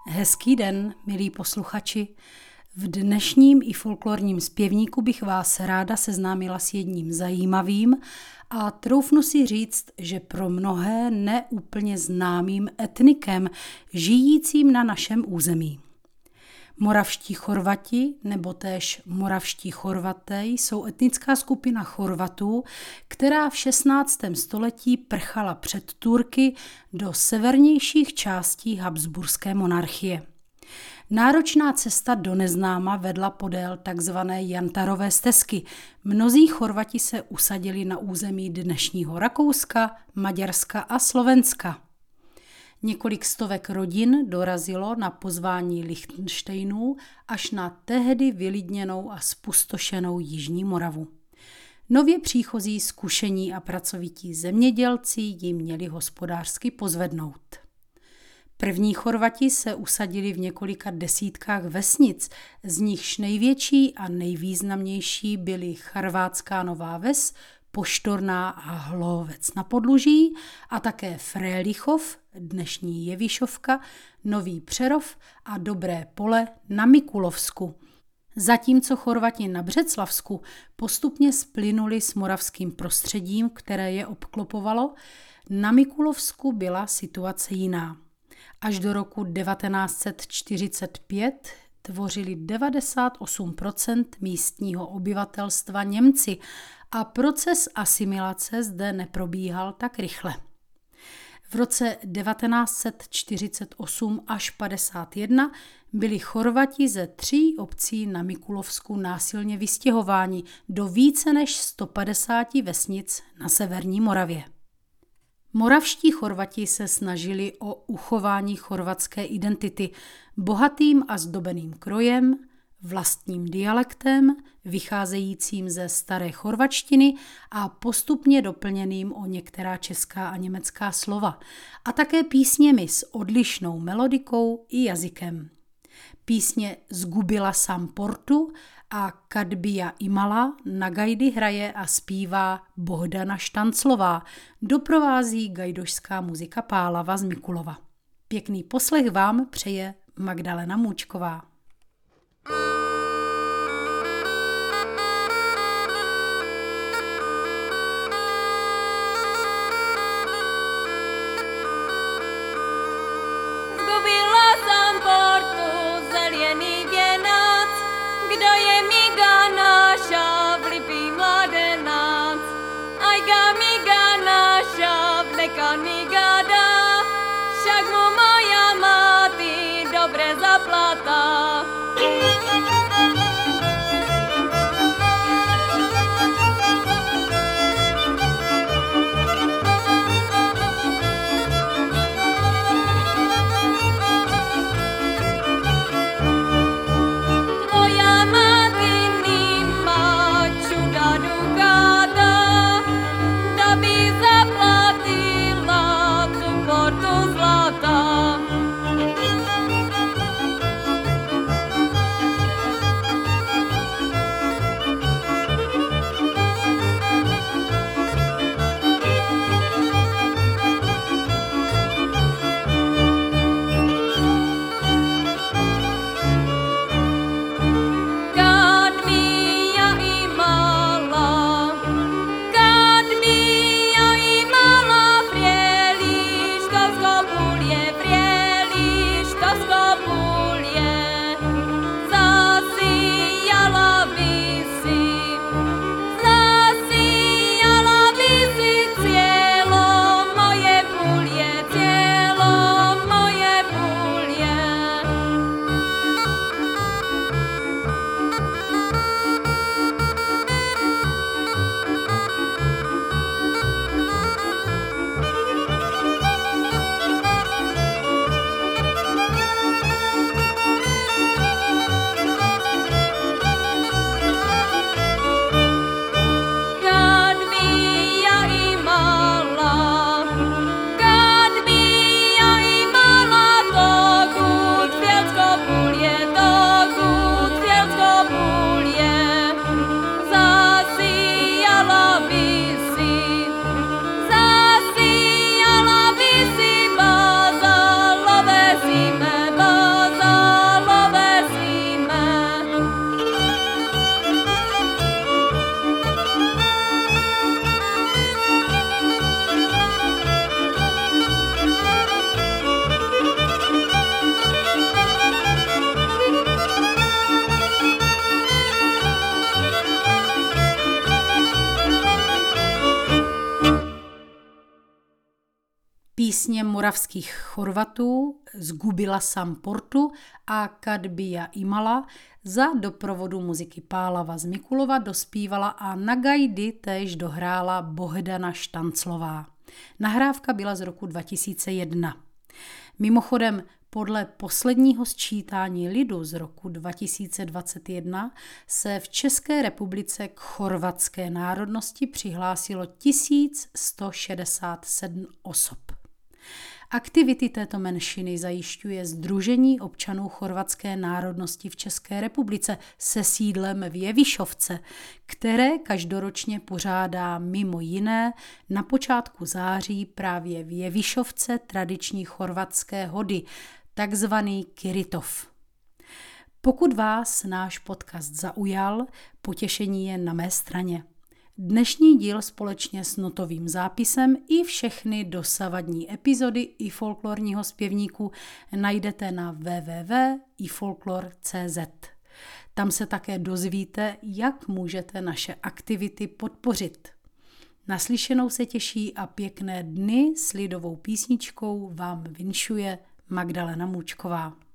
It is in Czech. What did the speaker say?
Hezký den, milí posluchači. V dnešním i folklorním zpěvníku bych vás ráda seznámila s jedním zajímavým a troufnu si říct, že pro mnohé neúplně známým etnikem žijícím na našem území. Moravští Chorvati nebo též moravští Chorvaté jsou etnická skupina Chorvatů, která v 16. století prchala před Turky do severnějších částí Habsburské monarchie. Náročná cesta do neznáma vedla podél takzvané Jantarové stezky. Mnozí Chorvati se usadili na území dnešního Rakouska, Maďarska a Slovenska. Několik stovek rodin dorazilo na pozvání Lichtenštejnů až na tehdy vylidněnou a zpustošenou Jižní Moravu. Nově příchozí zkušení a pracovití zemědělci ji měli hospodářsky pozvednout. První Chorvati se usadili v několika desítkách vesnic, z nichž největší a nejvýznamnější byly Charvátská Nová Ves, Poštorná a Hlovec na Podluží a také Frelichov, dnešní Jevišovka, Nový Přerov a Dobré Pole na Mikulovsku. Zatímco Chorvati na Břeclavsku postupně splynuli s moravským prostředím, které je obklopovalo, na Mikulovsku byla situace jiná. Až do roku 1945 tvořili 98% místního obyvatelstva Němci a proces asimilace zde neprobíhal tak rychle. V roce 1948 až 51 byli Chorvati ze 3 obcí na Mikulovsku násilně vystěhováni do více než 150 vesnic na severní Moravě. Moravští Chorvati se snažili o uchování chorvatské identity bohatým a zdobeným krojem, vlastním dialektem, vycházejícím ze staré chorvačtiny a postupně doplněným o některá česká a německá slova, a také písněmi s odlišnou melodikou i jazykem. Písně Zgubila sam portu a Kadbija imala na gajdy hraje a zpívá Bohdana Štanclová, doprovází gajdošská muzika Pálava z Mikulova. Pěkný poslech vám přeje Magdalena Můčková. Zgubila sam portu, zelený věnac, kdo je miga naša, vlipý mladenác. Aj ga miga naša, vleka miga dá, však mu moja máty dobre zaplatá. písně moravských Chorvatů Zgubila sam portu a Kad bi ja imala za doprovodu muziky Pálava z Mikulova dospívala a na gajdy též dohrála Bohdana Štanclová. Nahrávka byla z roku 2001. Mimochodem, podle posledního sčítání lidu z roku 2021 se v České republice k chorvatské národnosti přihlásilo 1167 osob. Aktivity této menšiny zajišťuje Sdružení občanů chorvatské národnosti v České republice se sídlem v Jevišovce, které každoročně pořádá mimo jiné na počátku září právě v Jevišovce tradiční chorvatské hody, takzvaný Kiritov. Pokud vás náš podcast zaujal, potěšení je na mé straně. Dnešní díl společně s notovým zápisem i všechny dosavadní epizody i folklorního zpěvníku najdete na www.ifolklor.cz. Tam se také dozvíte, jak můžete naše aktivity podpořit. Naslyšenou se těší a pěkné dny s lidovou písničkou vám vinšuje Magdalena Můčková.